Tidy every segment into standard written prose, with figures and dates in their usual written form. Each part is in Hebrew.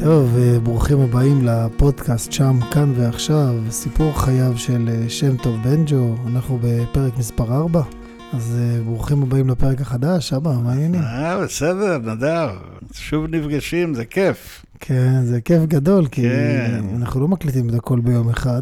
טוב, ברוכים הבאים לפודקאסט שם, כאן ועכשיו, סיפור חייו של שם טוב בנג'ו. אנחנו בפרק מספר 4, אז ברוכים הבאים לפרק החדש. אבא, מה העניינים? בסדר, נדב, שוב נפגשים, זה כיף. כן, זה כיף גדול, כי אנחנו לא מקליטים את הכל ביום אחד,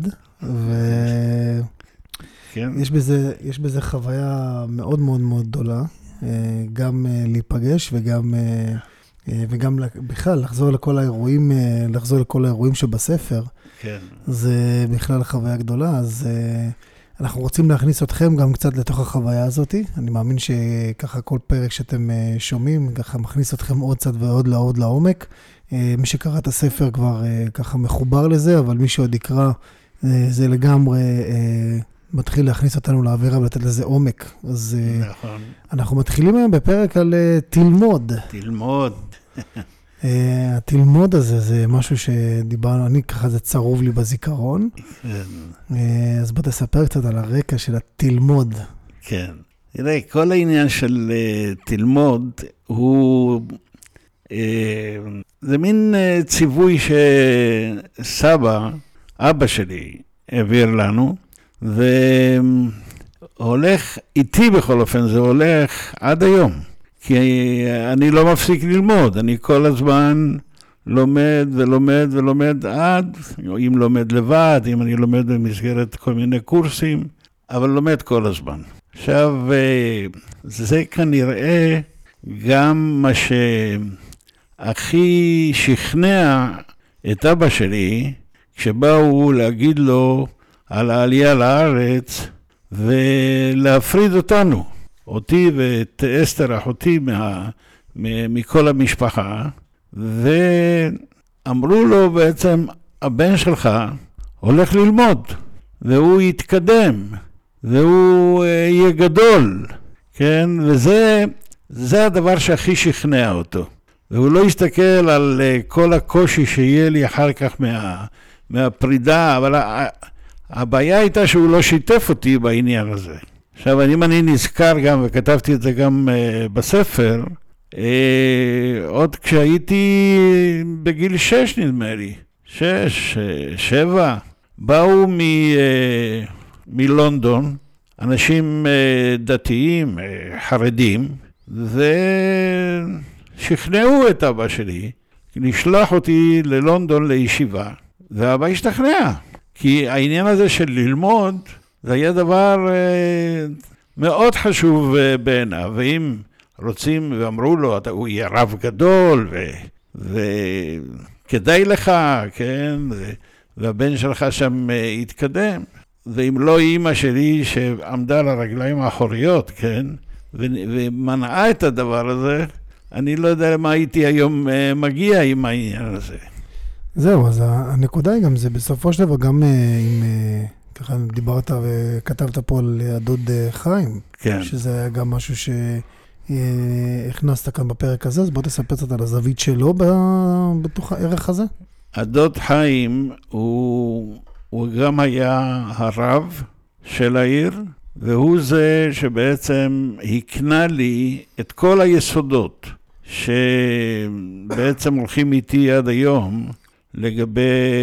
ויש בזה חוויה מאוד מאוד מאוד גדולה, גם להיפגש וגם בכלל לחזור לכל האירועים שבספר. כן. זה בכלל חוויה גדולה, אז אנחנו רוצים להכניס אתכם גם קצת לתוך החוויה הזאת. אני מאמין שככה כל פרק שאתם שומעים, ככה מכניס אתכם עוד קצת ועוד לעומק. מי שקרא את הספר כבר ככה מחובר לזה, אבל מי שעוד יקרא, זה לגמרי מתחיל להכניס אותנו לאווירה ולתת לזה עומק. אז נכון. אנחנו מתחילים היום בפרק על תלמוד. התלמוד הזה זה משהו שדיברנו, אני ככה זה צרוב לי בזיכרון. אז בוא תספר קצת על הרקע של התלמוד. כן. תראה, כל העניין של תלמוד הוא, זה מין ציווי שסבא, אבא שלי, העביר לנו, והולך איתי בכל אופן, זה הולך עד היום. כי אני לא מפסיק ללמוד, אני כל הזמן לומד עד, אם לומד לבד, אם אני לומד במסגרת כל מיני קורסים, אבל לומד כל הזמן. עכשיו, זה כנראה גם מה שהכי שכנע את אבא שלי, כשבאו להגיד לו על העלייה לארץ ולהפריד אותנו. אותי ואת אסתר, אחותי מכל המשפחה, ואמרו לו בעצם, הבן שלך הולך ללמוד, והוא יתקדם, והוא יהיה גדול, כן? וזה הדבר שהכי שכנע אותו. והוא לא יסתכל על כל הקושי שיהיה לי אחר כך מהפרידה, אבל הבעיה הייתה שהוא לא שיתף אותי בעניין הזה. עכשיו, אם אני נזכר גם, וכתבתי את זה גם בספר, עוד כשהייתי בגיל 6 נדמה לי, 6, 7, באו מלונדון, אנשים דתיים, חרדים, ושכנעו את אבא שלי, לשלוח אותי ללונדון לישיבה, ואבא השתכנע, כי העניין הזה של ללמוד, זה היה דבר מאוד חשוב בעיניו, ואם רוצים, ואמרו לו, הוא יהיה רב גדול, וכדאי לך, כן, והבן שלך שם יתקדם, ואם לא אמא שלי שעמדה על הרגליים האחוריות, כן, ומנעה את הדבר הזה, אני לא יודע למה הייתי היום מגיע עם העניין הזה. זהו, אז הנקודה היא גם זה, בסופו של דבר גם עם... ככה דיברת וכתבת פה על הדוד חיים, כן. שזה היה גם משהו שהכנסת כאן בפרק הזה, אז בוא תספר קצת על הזווית שלו בתוך הערך הזה. הדוד חיים הוא גם היה הרב של העיר, והוא זה שבעצם הקנה לי את כל היסודות, שבעצם הולכים איתי עד היום, לגבי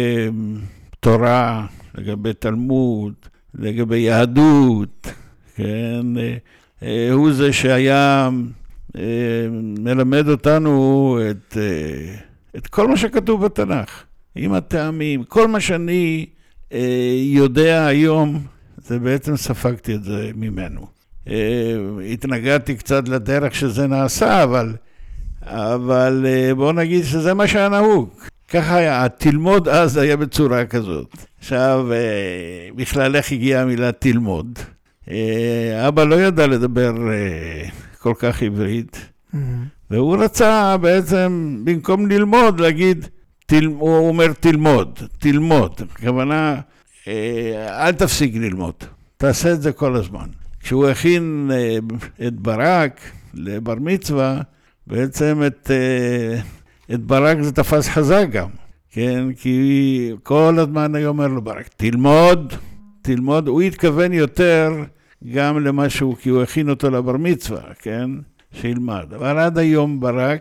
תורה, לגבי תלמוד, לגבי יהדות, כן? הוא זה שהיה מלמד אותנו את כל מה שכתוב בתנ"ך, עם הטעמים, כל מה שאני יודע היום, זה בעצם ספגתי את זה ממנו. התנגדתי קצת לדרך שזה נעשה, אבל בוא נגיד שזה מה שהיה נהוג. ככה היה, תלמוד אז היה בצורה כזאת. עכשיו, בכלל איך הגיעה המילה תלמוד? אבא לא ידע לדבר כל כך עברית, והוא רצה בעצם, במקום ללמוד, להגיד, הוא אומר תלמוד. הכוונה, אל תפסיק ללמוד, תעשה את זה כל הזמן. כשהוא הכין את ברק לבר מצווה, בעצם את ברק זה תפס חזק גם, כן? כי כל הזמן היה אומר לו ברק, תלמוד, הוא התכוון יותר גם למשהו, כי הוא הכין אותו לבר מצווה, כן? שילמד. אבל עד היום ברק,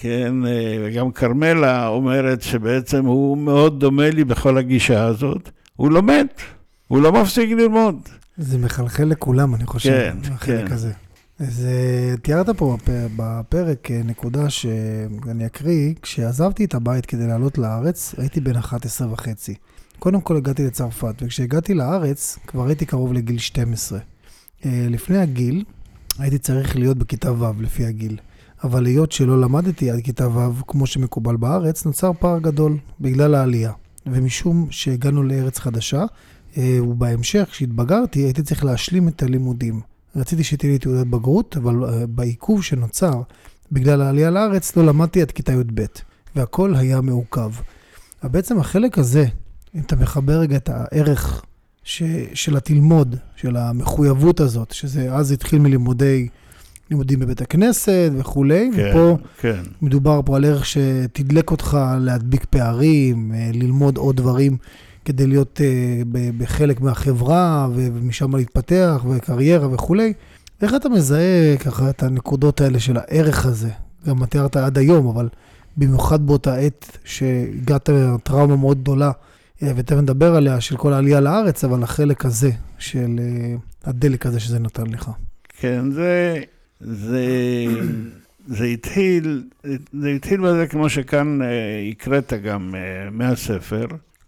כן, וגם קרמלה אומרת שבעצם הוא מאוד דומה לי בכל הגישה הזאת. הוא לומד, הוא לא מפסיק ללמוד. זה מחלחל לכולם, אני חושב. כן, החלק כן. הזה. אז תיארת פה בפרק נקודה שאני אקריא, כשעזבתי את הבית כדי לעלות לארץ, הייתי בן 11 וחצי. קודם כל הגעתי לצרפת, וכשהגעתי לארץ, כבר הייתי קרוב לגיל 12. לפני הגיל, הייתי צריך להיות בכיתה ו' לפי הגיל. אבל היות שלא למדתי עד כיתה ו' כמו שמקובל בארץ, נוצר פער גדול בגלל העלייה. ומשום שהגענו לארץ חדשה, ובהמשך, כשהתבגרתי, הייתי צריך להשלים את הלימודים. רציתי שתהיה לי תעודת בגרות, אבל בעיכוב שנוצר, בגלל העלייה לארץ, לא למדתי עד כיתה י"ב. והכל היה מעוכב. ובעצם החלק הזה, אם אתה מחבר רגע את הערך של התלמוד, של המחויבות הזאת, שזה אז התחיל לימודים בבית הכנסת וכולי, כן, ופה כן. מדובר פה על ערך שתדלק אותך להדביק פערים, ללמוד עוד דברים כדי להיות בחלק מהחברה ומשם להתפתח וקריירה וכולי. איך אתה מזהה ככה את הנקודות האלה של הערך הזה? גם תיארת עד היום, אבל במיוחד באותה עת שהגעת לטראומה מאוד גדולה, ותכף נדבר עליה של כל העלייה לארץ, אבל החלק הזה של הדלק הזה שזה נתן לך. כן, זה התחיל בזה כמו שכאן הקראת גם מהספר,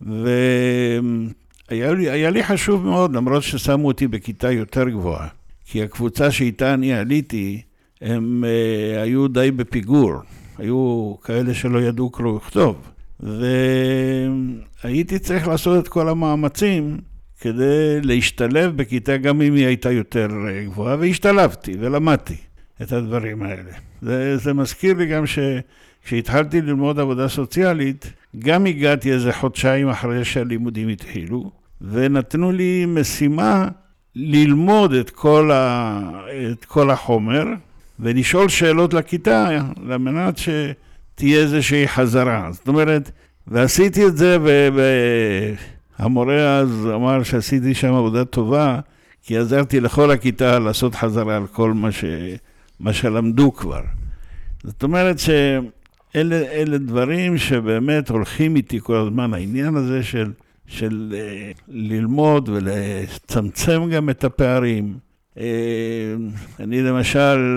והיה לי חשוב מאוד, למרות ששמו אותי בכיתה יותר גבוהה, כי הקבוצה שאיתה אני עליתי, הם היו די בפיגור, היו כאלה שלא ידעו קרוא וכתוב, והייתי צריך לעשות את כל המאמצים כדי להשתלב בכיתה גם אם היא הייתה יותר גבוהה, והשתלבתי ולמדתי את הדברים האלה. זה מזכיר לי גם כשהתחלתי ללמוד עבודה סוציאלית, גם הגעתי איזה חודשיים אחרי שהלימודים התחילו, ונתנו לי משימה ללמוד את כל החומר, ולשאול שאלות לכיתה, למנת שתהיה איזושהי חזרה. זאת אומרת, ועשיתי את זה, והמורה אז אמר שעשיתי שם עבודה טובה, כי עזרתי לכל הכיתה לעשות חזרה על כל מה שלמדו כבר. זאת אומרת שאלה דברים שבאמת הולכים איתי כל הזמן, העניין הזה של ללמוד ולצמצם גם את הפערים. אני למשל,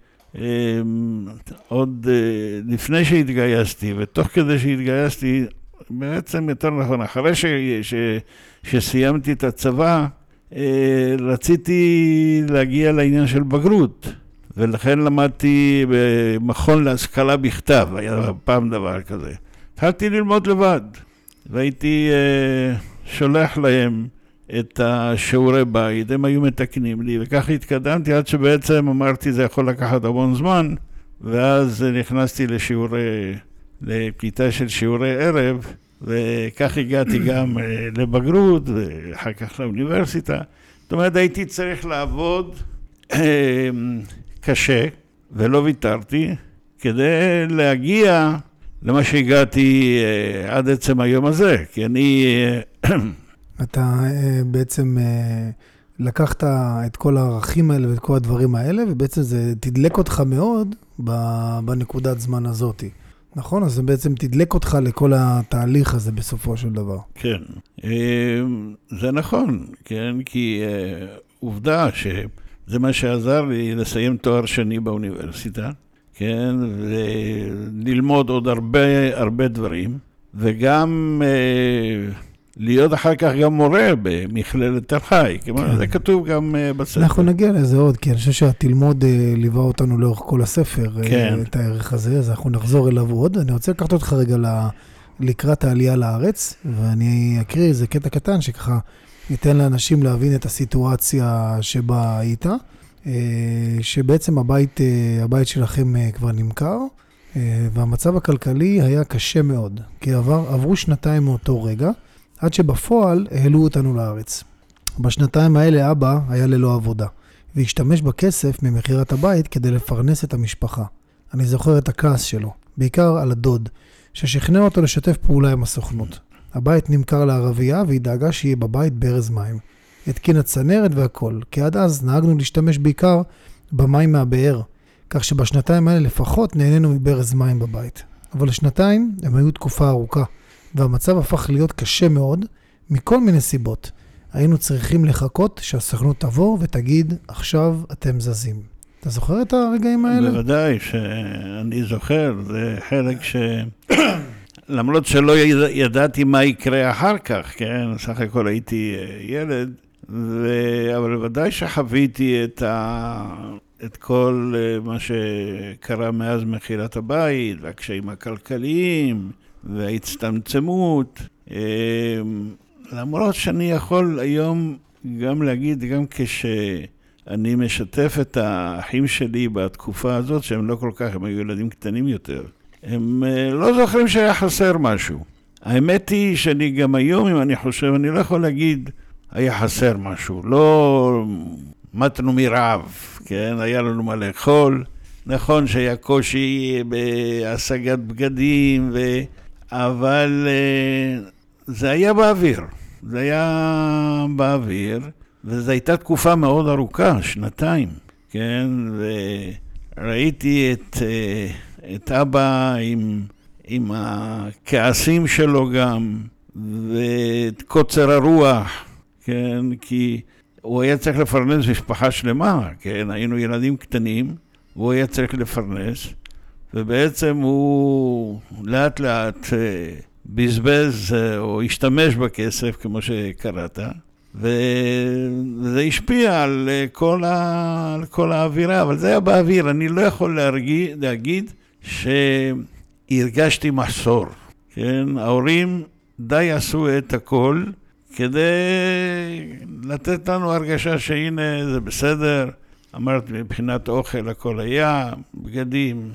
עוד לפני שהתגייסתי, ותוך כדי שהתגייסתי, בעצם יותר נכון, אחרי שסיימתי את הצבא, רציתי להגיע לעניין של בגרות, ולכן למדתי במכון להשכלה בכתב, היה פעם דבר כזה. התחלתי ללמוד לבד, והייתי שולח להם את השיעורי בית, הם היו מתקנים לי, וכך התקדמתי עד שבעצם אמרתי זה יכול לקחת המון זמן, ואז נכנסתי לכיתה של שיעורי ערב, וכך הגעתי גם לבגרות, ואחר כך לאוניברסיטה. זאת אומרת, הייתי צריך לעבוד קשה, ולא ויתרתי, כדי להגיע למה שהגעתי עד עצם היום הזה, כי אני... אתה בעצם לקחת את כל הערכים האלה ואת כל הדברים האלה, ובעצם זה תדלק אותך מאוד בנקודת זמן הזאת. נכון? אז זה בעצם תדלק אותך לכל התהליך הזה בסופו של דבר. כן, זה נכון, כן, כי עובדה שזה מה שעזר לי לסיים תואר שני באוניברסיטה, כן, וללמוד עוד הרבה דברים, וגם להיות אחר כך גם מורה במכללת תל חי, כן. זה כתוב גם בספר. אנחנו נגיע לזה עוד, כי אני חושב שהתלמוד ליווה אותנו לאורך כל הספר, כן. את הערך הזה, אז אנחנו נחזור אליו עוד. אני רוצה לקחת אותך רגע לקראת העלייה לארץ, ואני אקריא איזה קטע קטן שככה ניתן לאנשים להבין את הסיטואציה שבה היית, שבעצם הבית שלכם כבר נמכר, והמצב הכלכלי היה קשה מאוד, כי עברו שנתיים מאותו רגע, עד שבפועל העלו אותנו לארץ. בשנתיים האלה אבא היה ללא עבודה, והשתמש בכסף ממחירת הבית כדי לפרנס את המשפחה. אני זוכר את הכעס שלו, בעיקר על הדוד, ששכנע אותו לשתף פעולה עם הסוכנות. הבית נמכר לערבייה והיא דאגה שיהיה בבית ברז מים. התקינה צנרת והכל, כי עד אז נהגנו להשתמש בעיקר במים מהבאר. כך שבשנתיים האלה לפחות נהנינו מברז מים בבית. אבל לשנתיים הם היו תקופה ארוכה, והמצב הפך להיות קשה מאוד מכל מיני סיבות. היינו צריכים לחכות שהסוכנות תבוא ותגיד, עכשיו אתם זזים. אתה זוכר את הרגעים האלה? בוודאי שאני זוכר, זה חלק למרות שלא ידעתי מה יקרה אחר כך, כן? סך הכל הייתי ילד, אבל בוודאי שחוויתי את כל מה שקרה מאז מכירת הבית, והקשיים הכלכליים, וההצטמצמות. למרות שאני יכול היום גם להגיד, גם כשאני משתף את האחים שלי בתקופה הזאת, שהם לא כל כך, הם היו ילדים קטנים יותר, הם לא זוכרים שהיה חסר משהו. האמת היא שאני גם היום, אם אני חושב, אני לא יכול להגיד, היה חסר משהו. לא מתנו מרעב, כן? היה לנו מה לאכול. נכון שהיה קושי בהשגת בגדים, אבל זה היה באוויר. זה היה באוויר, וזו הייתה תקופה מאוד ארוכה, שנתיים, כן? וראיתי את אבא עם הכעסים שלו גם, ואת קוצר הרוח, כן? כי הוא היה צריך לפרנס משפחה שלמה, כן? היינו ילדים קטנים, והוא היה צריך לפרנס, ובעצם הוא לאט לאט בזבז או השתמש בכסף, כמו שקראת, וזה השפיע על כל האווירה, אבל זה היה באוויר. אני לא יכול להגיד שהרגשתי מחסור. כן? ההורים די עשו את הכל כדי לתת לנו הרגשה שהנה זה בסדר. אמרת, מבחינת אוכל הכל היה, בגדים,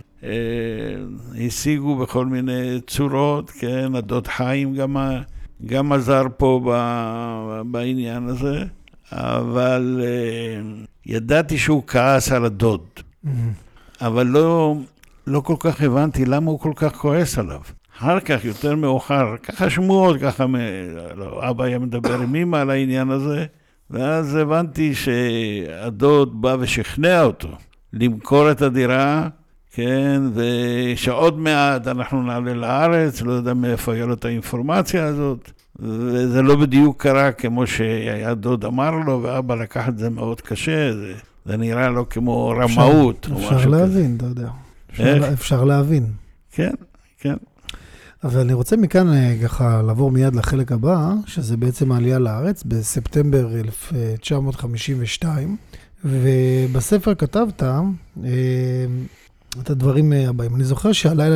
השיגו בכל מיני צורות, כן? הדוד חיים גם עזר פה בעניין הזה, אבל ידעתי שהוא כעס על הדוד. אבל לא כל כך הבנתי למה הוא כל כך כועס עליו. אחר כך, יותר מאוחר, ככה שמועות, ככה אבא היה מדבר עם אמא על העניין הזה, ואז הבנתי שהדוד בא ושכנע אותו למכור את הדירה, כן, ושעוד מעט אנחנו נעלה לארץ, לא יודע מאיפה היה לו את האינפורמציה הזאת, וזה לא בדיוק קרה כמו שהדוד אמר לו, ואבא לקח את זה מאוד קשה, זה נראה לו כמו רמאות. אפשר להבין, אתה יודע. אפשר להבין. כן, כן. אבל אני רוצה מכאן ככה לעבור מיד לחלק הבא, שזה בעצם העלייה לארץ, בספטמבר 1952, ובספר כתבת את הדברים הבאים. אני זוכר שהלילה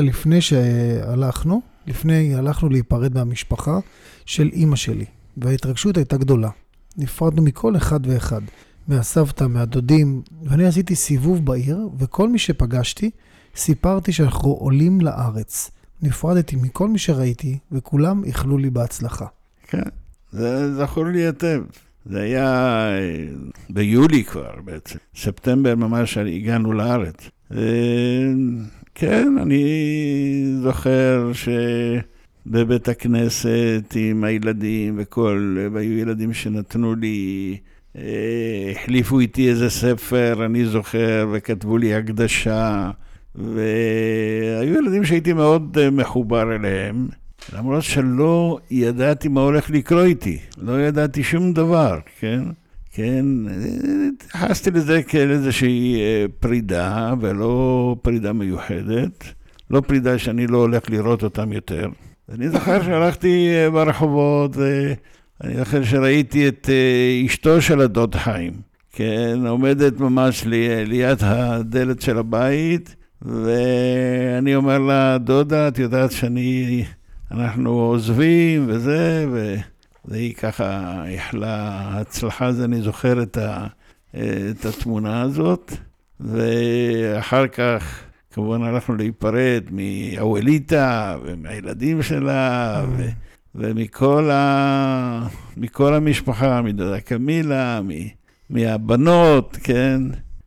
לפני הלכנו להיפרד מהמשפחה של אמא שלי, וההתרגשות הייתה גדולה. נפרדנו מכל אחד ואחד, מהסבתא, מהדודים, ואני עשיתי סיבוב בעיר, וכל מי שפגשתי, סיפרתי שאנחנו עולים לארץ. נפרדתי מכל מי שראיתי, וכולם איחלו לי בהצלחה. כן, זה זכור לי היטב. זה היה ביולי כבר בעצם. ספטמבר ממש הגענו לארץ. כן, אני זוכר שבבית הכנסת עם הילדים והיו ילדים שנתנו לי, החליפו איתי איזה ספר, אני זוכר, וכתבו לי הקדשה, והיו ילדים שהייתי מאוד מחובר אליהם, למרות שלא ידעתי מה הולך לקרוא איתי, לא ידעתי שום דבר, כן? כן, התייחסתי לזה כאיזושהי פרידה, ולא פרידה מיוחדת, לא פרידה שאני לא הולך לראות אותם יותר. אני זוכר שהלכתי ברחובות, ואני זוכר שראיתי את אשתו של הדוד חיים, כן, עומדת ממש ליד הדלת של הבית, ואני אומר לה, דודה, את יודעת אנחנו עוזבים וזה, והיא ככה החלה הצלחה, אז אני זוכר את התמונה הזאת, ואחר כך כמובן הלכנו להיפרד מאוליטה ומהילדים שלה, ומכל המשפחה, מדודה קמילה, מהבנות, כן,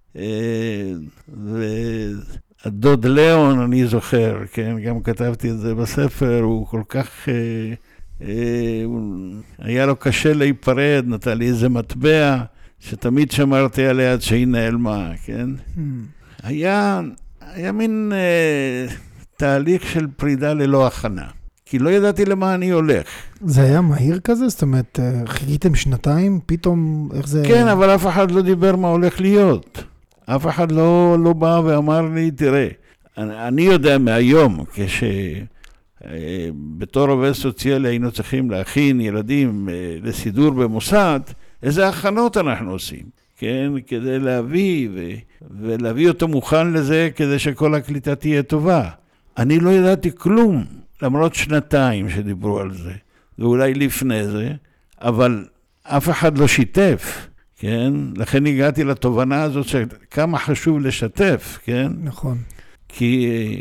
הדוד ליאון, אני זוכר, כן, גם כתבתי את זה בספר, הוא כל כך, היה לו קשה להיפרד, נתן לי איזה מטבע, שתמיד שמרתי עליה עד שהיא נעלמה, כן? היה מין תהליך של פרידה ללא הכנה. כי לא ידעתי למה אני הולך. זה היה מהיר כזה? זאת אומרת, חיכיתם שנתיים? פתאום, איך זה... כן, אבל אף אחד לא דיבר מה הולך להיות. אף אחד לא בא ואמר לי, תראה, אני יודע מהיום, בתור עובד סוציאלי היינו צריכים להכין ילדים לסידור במוסד, איזה הכנות אנחנו עושים, כן? כדי להביא ולהביא אותו מוכן לזה, כדי שכל הקליטה תהיה טובה. אני לא ידעתי כלום, למרות שנתיים שדיברו על זה, ואולי לפני זה, אבל אף אחד לא שיתף, כן? לכן הגעתי לתובנה הזאת שכמה חשוב לשתף, כן? נכון. כי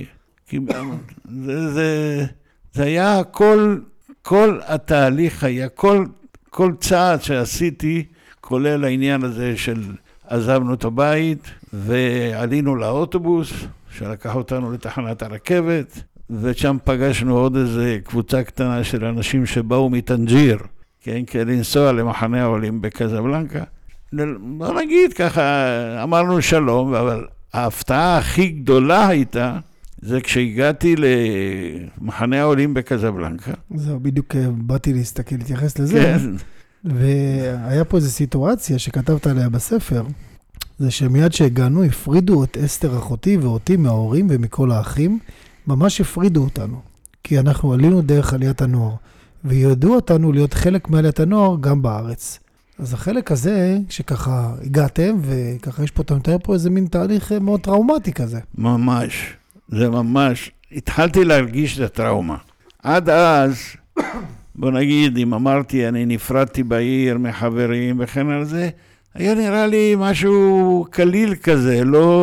זה היה כל התהליך היה, כל צעד שעשיתי, כולל העניין הזה של עזבנו את הבית ועלינו לאוטובוס, שלקח אותנו לתחנת הרכבת, ושם פגשנו עוד איזה קבוצה קטנה של אנשים שבאו מטנג'יר, כן, כדי לנסוע למחנה העולים בקזבלנקה. לא נגיד ככה, אמרנו שלום, אבל ההפתעה הכי גדולה הייתה, זה כשהגעתי למחנה העולים בקזבלנקה. זהו, בדיוק באתי להתייחס לזה. כן. והיה פה איזו סיטואציה שכתבת עליה בספר, זה שמיד שהגענו, הפרידו את אסתר אחותי ואותי מההורים ומכל האחים, ממש הפרידו אותנו, כי אנחנו עלינו דרך עליית הנוער, וידעו אותנו להיות חלק מעליית הנוער גם בארץ. אז החלק הזה, שככה הגעתם, וככה יש פה, אתה מתאר פה איזה מין תהליך מאוד טראומטי כזה. ממש, זה ממש, התחלתי להרגיש את הטראומה. עד אז, בוא נגיד, אם אמרתי, אני נפרדתי בעיר מחברים וכן על זה, היה נראה לי משהו קליל כזה,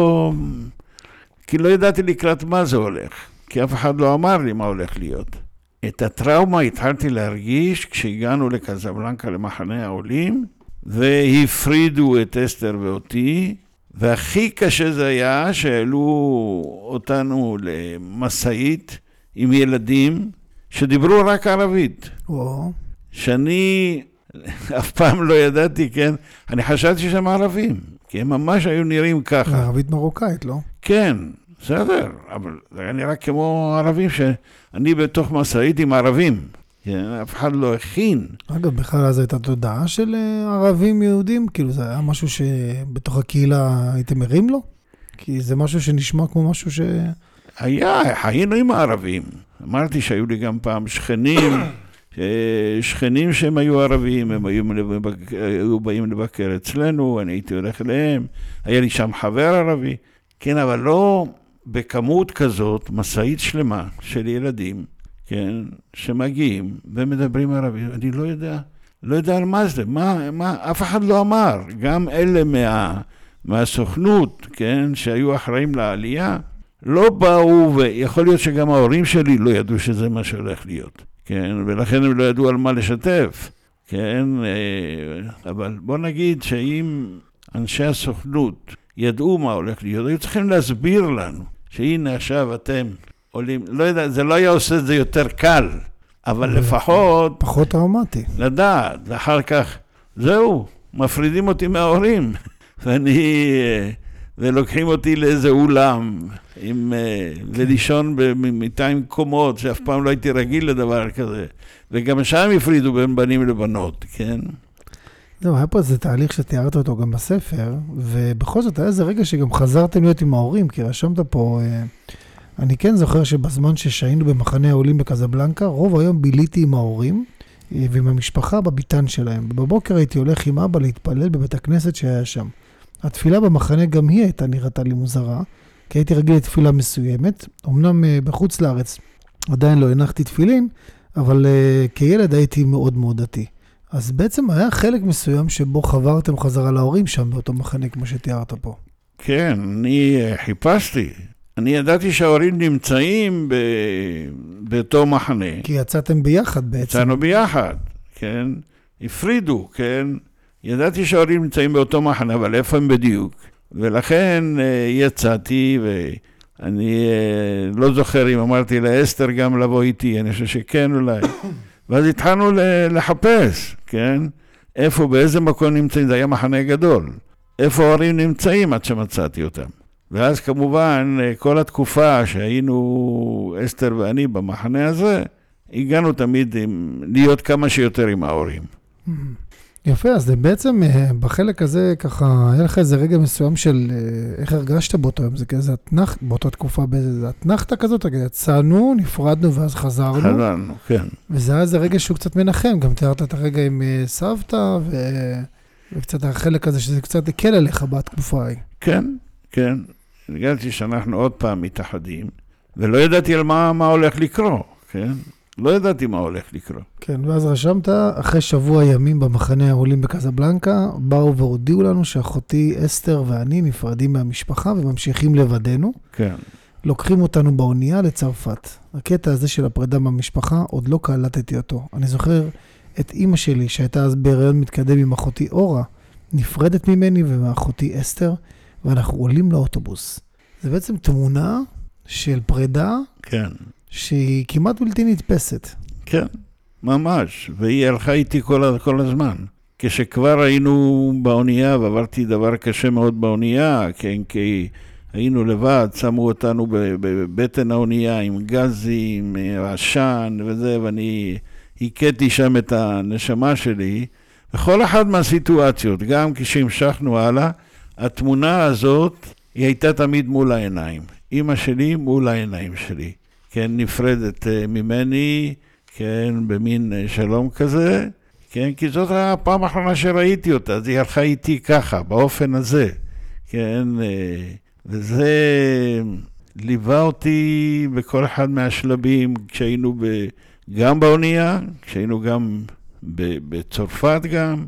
כי לא ידעתי לקראת מה זה הולך, כי אף אחד לא אמר לי מה הולך להיות. את הטראומה התחלתי להרגיש כשהגענו לקזבלנקה למחנה העולים, והפרידו את אסתר ואותי, והכי קשה זה היה שהעלו אותנו למסעית עם ילדים שדיברו רק ערבית. שאני אף פעם לא ידעתי, כן? אני חשבתי שהם ערבים, כי הם ממש היו נראים ככה. ערבית מרוקאית, לא? כן, בסדר, אבל זה היה נראה כמו ערבים שאני בתוך מסעית עם ערבים. אף אחד לא הכין. אגב, בכלל אז הייתה תודעה של ערבים יהודים? כאילו זה היה משהו שבתוך הקהילה הייתם ערים לו? כי זה משהו שנשמע כמו משהו היינו עם הערבים. אמרתי שהיו לי גם פעם שכנים שהם היו ערבים, הם היו באים לבקר אצלנו, אני הייתי הולך אליהם, היה לי שם חבר ערבי, כן, אבל לא בכמות כזאת, מסעית שלמה של ילדים, כן, שמגיעים ומדברים ערבים, אני לא יודע על מה זה, אף אחד לא אמר, גם אלה מהסוכנות, כן, שהיו אחראים לעלייה, לא באו, ויכול להיות שגם ההורים שלי לא ידעו שזה מה שהולך להיות, כן, ולכן הם לא ידעו על מה לשתף, כן, אבל בוא נגיד שאם אנשי הסוכנות ידעו מה הולך להיות, היו צריכים להסביר לנו, שהנה עכשיו אתם עולים, לא יודע, זה לא היה עושה את זה יותר קל, אבל לפחות... פחות טראומטי. לדעת, ואחר כך, זהו, מפרידים אותי מההורים, ולוקחים אותי לאיזה אולם, ולישון במיטה עם קומות, שאף פעם לא הייתי רגיל לדבר כזה, וגם שם הפרידו בין בנים לבנות, כן? זהו, היה פה איזה תהליך שתיארת אותו גם בספר, ובכל זאת היה איזה רגע שגם חזרתם להיות עם ההורים, כי רשמת פה, אני כן זוכר שבזמן ששהינו במחנה העולים בקזבלנקה, רוב היום ביליתי עם ההורים, ועם המשפחה בביתן שלהם. בבוקר הייתי הולך עם אבא להתפלל בבית הכנסת שהיה שם. התפילה במחנה גם היא הייתה נראתה לי מוזרה, כי הייתי רגיל לתפילה מסוימת, אמנם בחוץ לארץ עדיין לא הנחתי תפילין, אבל כילד הייתי מאוד מאוד דתי. אז בעצם היה חלק מסוים שבו חברתם חזרה להורים שם באותו מחנה כמו שתיארת פה. כן, אני חיפשתי. אני ידעתי שההורים נמצאים באותו מחנה. כי יצאתם ביחד בעצם. יצאנו ביחד, כן. הפרידו, כן. ידעתי שההורים נמצאים באותו מחנה, אבל איפה הם בדיוק? ולכן יצאתי, ואני לא זוכר אם אמרתי לאסתר גם לבוא איתי, אני חושב שכן אולי. ואז התחלנו לחפש, כן? איפה, באיזה מקום נמצאים, זה היה מחנה גדול. איפה ההורים נמצאים עד שמצאתי אותם. ואז כמובן, כל התקופה שהיינו, אסתר ואני במחנה הזה, הגענו תמיד להיות כמה שיותר עם ההורים. יפה, אז בעצם בחלק הזה ככה, היה לך איזה רגע מסוים של איך הרגשת באותו יום, זה כזה התנחת, באותה תקופה באיזה התנחת כזאת, יצאנו, נפרדנו ואז חזרנו. חזרנו, כן. וזה היה איזה רגע שהוא קצת מנחם, גם תיארת את הרגע עם סבתא, וקצת החלק הזה שזה קצת הקל עליך בתקופה ההיא. כן, כן. הרגשתי שאנחנו עוד פעם מתאחדים, ולא ידעתי על מה הולך לקרוא, כן? לא ידעתי מה הולך לקרוא. כן, ואז רשמת, אחרי שבוע ימים במחנה העולים בקזבלנקה, באו והודיעו לנו שאחותי אסתר ואני נפרדים מהמשפחה וממשיכים לבדנו. כן. לוקחים אותנו באונייה לצרפת. הקטע הזה של הפרידה מהמשפחה, עוד לא קלטתי אותו. אני זוכר את אמא שלי, שהייתה אז בהיריון מתקדם עם אחותי אורה, נפרדת ממני ומאחותי אסתר, ואנחנו עולים לאוטובוס. זה בעצם תמונה של פרידה, כן. שהיא כמעט בלתי נתפסת. כן, ממש. והיא הלכה איתי כל הזמן. כשכבר היינו באונייה, ועברתי דבר קשה מאוד באונייה, כן, כי היינו לבד, שמו אותנו בבטן האונייה עם גזים, עשן וזה, ואני הכיתי שם את הנשמה שלי. וכל אחד מהסיטואציות, גם כשהמשכנו הלאה, התמונה הזאת היא הייתה תמיד מול העיניים. אמא שלי מול העיניים שלי. כן, נפרדת ממני, כן, במין שלום כזה, כן, כי זאת הפעם האחרונה שראיתי אותה, אז היא הלכה איתי ככה, באופן הזה, כן, וזה ליווה אותי בכל אחד מהשלבים, כשהיינו גם באונייה, כשהיינו גם בצרפת גם,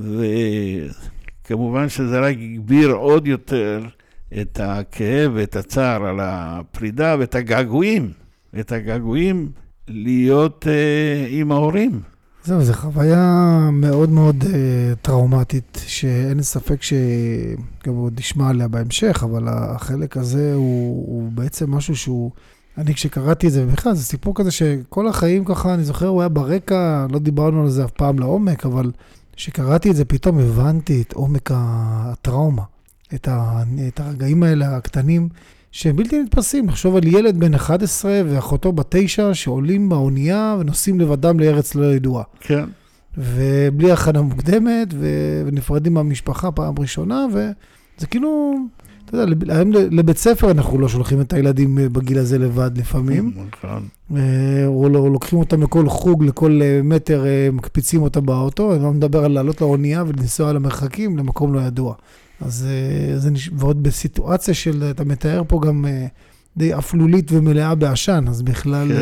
וכמובן שזה רק הגביר עוד יותר את הכאב ואת הצער על הפרידה ואת הגעגועים. את הגעגועים להיות עם ההורים. זהו, זו חוויה מאוד מאוד טראומטית, שאין ספק שגם עוד נשמע עליה בהמשך, אבל החלק הזה הוא בעצם משהו שהוא, אני כשקראתי את זה, ובכלל זה סיפור כזה שכל החיים ככה, אני זוכר, הוא היה ברקע, לא דיברנו על זה אף פעם לעומק, אבל כשקראתי את זה פתאום הבנתי את עומק הטראומה, את הרגעים האלה הקטנים, שהם בלתי נתפסים. נחשוב על ילד בן 11 ואחותו בת 9 שעולים באונייה ונוסעים לבדם לארץ לא ידועה. כן. ובלי הכנה מוקדמת ונפרדים מהמשפחה פעם ראשונה, וזה כאילו, אתה יודע, היום לבית ספר אנחנו לא שולחים את הילדים בגיל הזה לבד לפעמים. נכון. או לוקחים אותם לכל חוג, לכל מטר, מקפיצים אותם באוטו, אני לא מדבר על לעלות לאונייה ולנסוע למרחקים למקום לא ידוע. אז זה ועוד בסיטואציה של, אתה מתאר פה גם די אפלולית ומלאה בעשן, אז בכלל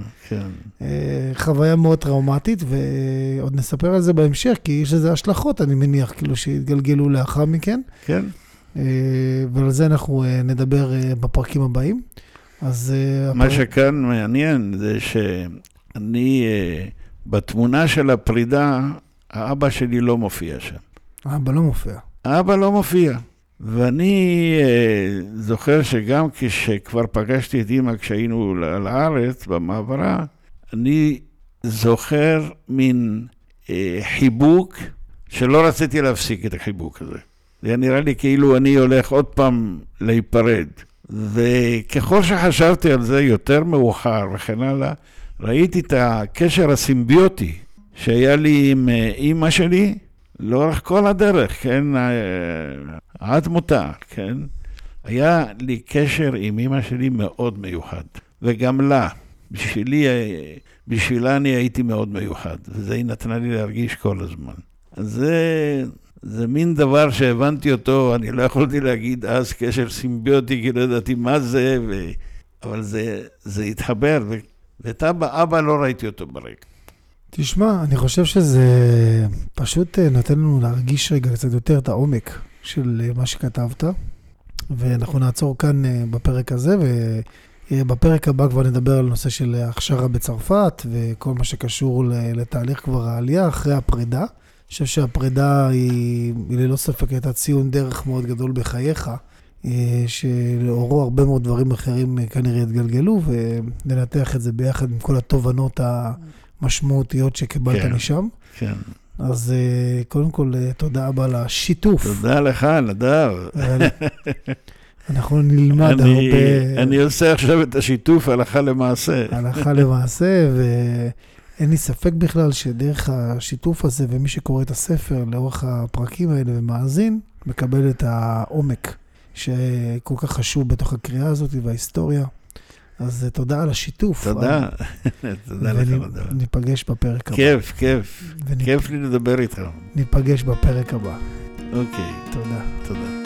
חוויה מאוד טראומטית, ועוד נספר על זה בהמשך, כי יש לזה השלכות, אני מניח, כאילו שהתגלגלו לאחר מכן. כן. ועל זה אנחנו נדבר בפרקים הבאים. אז מה שכאן מעניין זה שאני, בתמונה של הפרידה, האבא שלי לא מופיע שם. האבא לא מופיע. האבא לא מופיע, ואני זוכר שגם כשכבר פגשתי את אמא כשהיינו לארץ במעברה, אני זוכר מין חיבוק שלא רציתי להפסיק את החיבוק הזה. זה נראה לי כאילו אני הולך עוד פעם להיפרד, וככל שחשבתי על זה יותר מאוחר וכן הלאה, ראיתי את הקשר הסימביוטי שהיה לי עם אמא שלי, לאורך כל הדרך, כן, עד מותה, כן, היה לי קשר עם אמא שלי מאוד מיוחד, וגם לה, בשבילה אני הייתי מאוד מיוחד, וזה היא נתנה לי להרגיש כל הזמן. אז זה מין דבר שהבנתי אותו, אני לא יכולתי להגיד אז קשר סימביוטי, כי לא ידעתי מה זה, אבל זה התחבר, ואת אבא לא ראיתי אותו ברקע. תשמע, אני חושב שזה פשוט נותן לנו להרגיש רגע קצת יותר את העומק של מה שכתבת, ואנחנו נעצור כאן בפרק הזה, ובפרק הבא כבר נדבר על נושא של הכשרה בצרפת, וכל מה שקשור לתהליך כבר העלייה אחרי הפרידה. אני חושב שהפרידה היא ללא ספק הייתה ציון דרך מאוד גדול בחייך, שלאורו הרבה מאוד דברים אחרים כנראה התגלגלו, וננתח את זה ביחד עם כל התובנות משמעותיות שקיבלת משם. כן. אז קודם כל, תודה רבה על השיתוף. תודה לך, נדב. אנחנו נלמד הרבה... אני עושה עכשיו את השיתוף הלכה למעשה. הלכה למעשה, ואין לי ספק בכלל שדרך השיתוף הזה, ומי שקורא את הספר לאורך הפרקים האלה ומאזין, מקבל את העומק שכל כך חשוב בתוך הקריאה הזאת וההיסטוריה. אז תודה על השיתוף. תודה. תודה לך. וניפגש בפרק הבא. כיף. כיף לי לדבר איתך. ניפגש בפרק הבא. אוקיי. תודה. תודה.